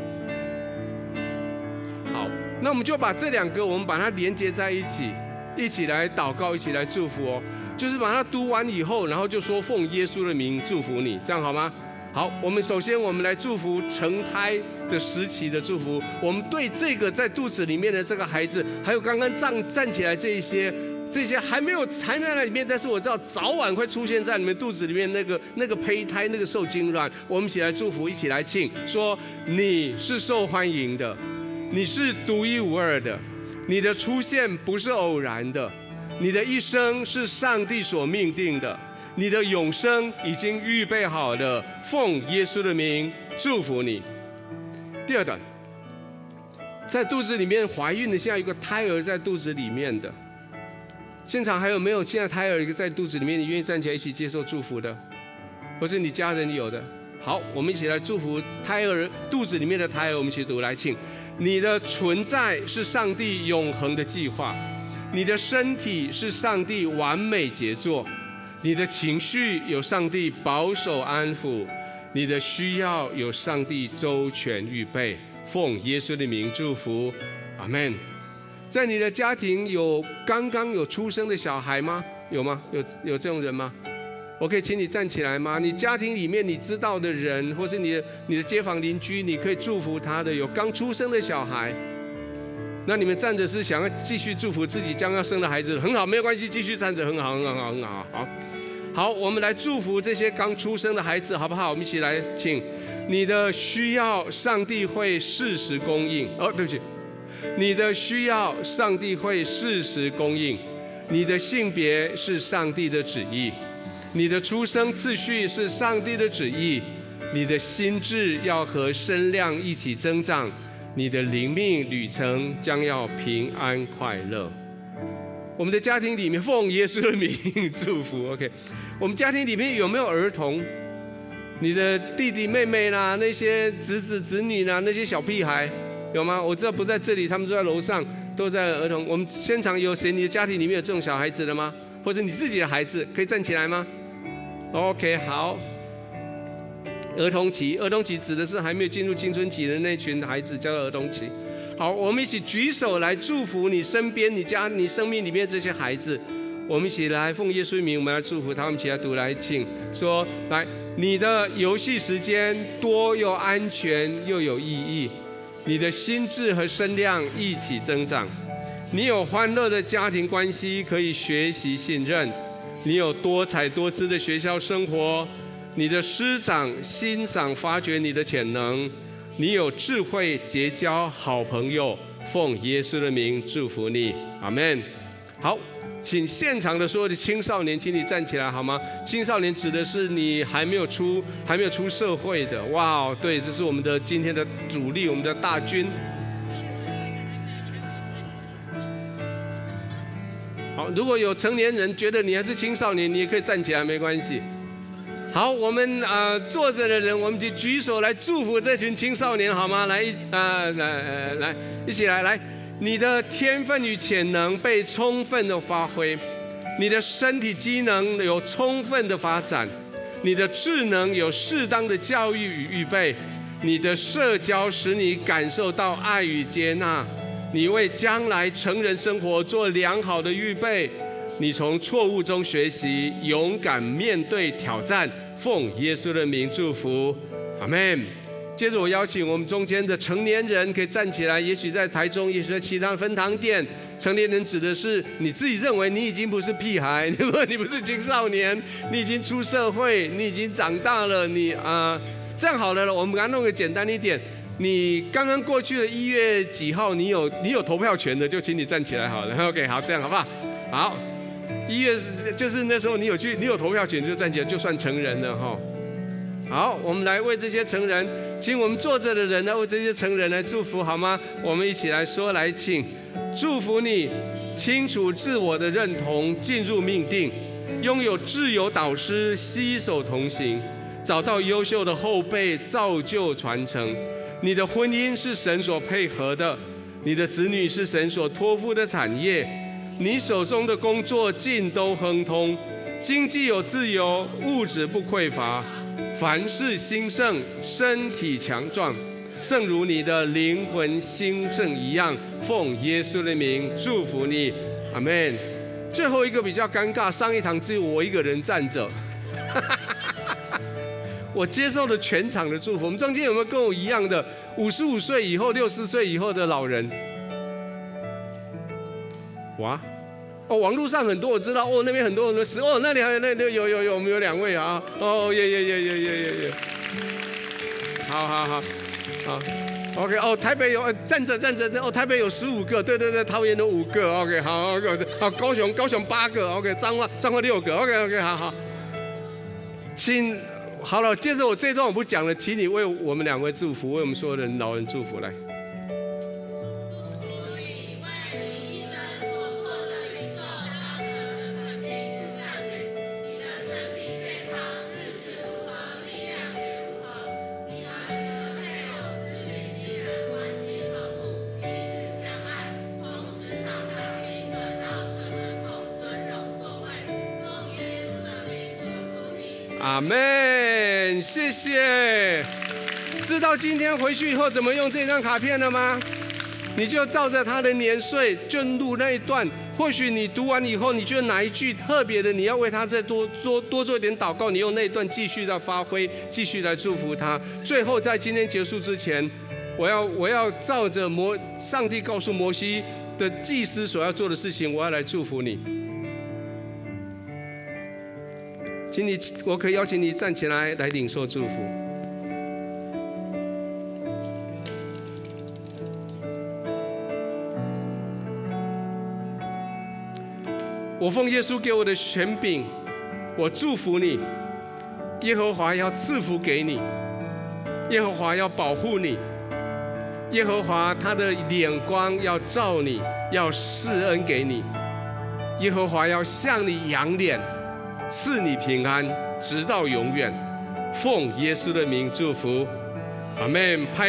好，那我们就把这两个我们把它连接在一起，一起来祷告，一起来祝福哦。就是把它读完以后，然后就说奉耶稣的名祝福你，这样好吗？好，我们首先我们来祝福成胎的时期的祝福。我们对这个在肚子里面的这个孩子，还有刚刚站站起来这一些，这些还没有还没有在里面，但是我知道早晚会出现在你们肚子里面那个那个胚胎那个受精卵，我们一起来祝福，一起来庆，说你是受欢迎的，你是独一无二的，你的出现不是偶然的。你的一生是上帝所命定的，你的永生已经预备好了。奉耶稣的名祝福你。第二段，在肚子里面怀孕的，现在有一个胎儿在肚子里面的，现场还有没有现在胎儿一个在肚子里面，你愿意站起来一起接受祝福的，或是你家人有的？好，我们一起来祝福胎儿肚子里面的胎儿，我们一起读来，请你的存在是上帝永恒的计划。你的身体是上帝完美杰作，你的情绪有上帝保守安抚，你的需要有上帝周全预备。奉耶稣的名祝福，阿们。在你的家庭有刚刚有出生的小孩吗？有吗？有有这种人吗？我可以请你站起来吗？你家庭里面你知道的人，或是你的你的街坊邻居，你可以祝福他的有刚出生的小孩。那你们站着是想要继续祝福自己将要生的孩子，很好，没有关系，继续站着，很好，很好，很好，好，好，我们来祝福这些刚出生的孩子，好不好？我们一起来，请你的需要，上帝会适时供应。哦，对不起，你的需要，上帝会适时供应。你的性别是上帝的旨意，你的出生次序是上帝的旨意，你的心智要和身量一起增长。你的灵命旅程将要平安快乐。我们的家庭里面奉耶稣的名祝福。 OK， 我们家庭里面有没有儿童？你的弟弟妹妹啦，那些侄子侄女啦，那些小屁孩有吗？我知道不在这里，他们都在楼上，都在儿童。我们现场有谁？你的家庭里面有这种小孩子的吗？或者你自己的孩子可以站起来吗？ OK， 好。儿童期，儿童期指的是还没有进入青春期的那群孩子，叫做儿童期。好，我们一起举手来祝福你身边、你家、你生命里面这些孩子。我们一起来奉耶稣名，我们来祝福他们。一起来读来，请说来，你的游戏时间多又安全又有意义，你的心智和身量一起增长，你有欢乐的家庭关系可以学习信任，你有多彩多姿的学校生活。你的师长欣赏发掘你的潜能，你有智慧结交好朋友。奉耶稣的名祝福你，阿们。好，请现场的所有的青少年，请你站起来好吗？青少年指的是你还没有出还没有出社会的。哇，对，这是我们的今天的主力，我们的大军。好，如果有成年人觉得你还是青少年，你也可以站起来，没关系。好，我们呃坐着的人，我们就举手来祝福这群青少年，好吗？来，呃来来，一起来来，你的天分与潜能被充分的发挥，你的身体机能有充分的发展， 你的智能有适当的教育与预备，你的社交使你感受到爱与接纳，你为将来成人生活做良好的预备，你从错误中学习，勇敢面对挑战，奉耶稣的名祝福，阿们。接着我邀请我们中间的成年人可以站起来，也许在台中，也许在其他分堂店。成年人指的是你自己认为你已经不是屁孩，你不是青少年，你已经出社会，你已经长大了，你啊、呃，这样好了，我们给它弄个简单一点。你刚刚过去的一月几号，你有你有投票权的，就请你站起来好了。OK， 好，这样好不好？好，一月就是那时候你有去，你有投票权就站起来，就算成人了哈。好，我们来为这些成人，请我们坐着的人来为这些成人来祝福好吗？我们一起来说，来，请祝福你清楚自我的认同，进入命定，拥有挚友导师，携手同行，找到优秀的后辈，造就传承。你的婚姻是神所配合的，你的子女是神所托付的产业，你手中的工作尽都亨通，经济有自由，物质不匮乏，凡事兴盛，身体强壮，正如你的灵魂兴盛一样。奉耶稣的名祝福你，阿们。最后一个比较尴尬，上一堂只有我一个人站着，我接受了全场的祝福。我们中间有没有跟我一样的五十五岁以后、六十岁以后的老人？哇！哦，网络上很多我知道，哦，那边很多很多十，哦，那里还有那那有有有，我们有两位啊，哦耶耶耶耶耶耶耶，好好好，好 ，OK， 哦，台北有，呃、站着站着，哦，台北有十五个，对对对，桃园有五个 ，OK， 好 ，OK， 好，高雄高雄八个 ，OK， 彰化彰化六个 ，OK OK， 好好，请好了，接着我这段我不讲了，请你为我们两位祝福，为我们所有的老人祝福来。阿们，谢谢。知道今天回去以后怎么用这张卡片了吗？你就照着他的年岁就录那一段。或许你读完以后，你觉得哪一句特别的，你要为他再多多多做一点祷告，你用那一段继续的发挥，继续来祝福他。最后在今天结束之前，我要我要照着摩上帝告诉摩西的祭司所要做的事情，我要来祝福你。请你，我可以邀请你站起来来领受祝福。我奉耶稣给我的权柄，我祝福你。耶和华要赐福给你，耶和华要保护你，耶和华他的眼光要照你，要施恩给你。耶和华要向你扬脸，赐你平安，直到永远。奉耶稣的名祝福，阿们。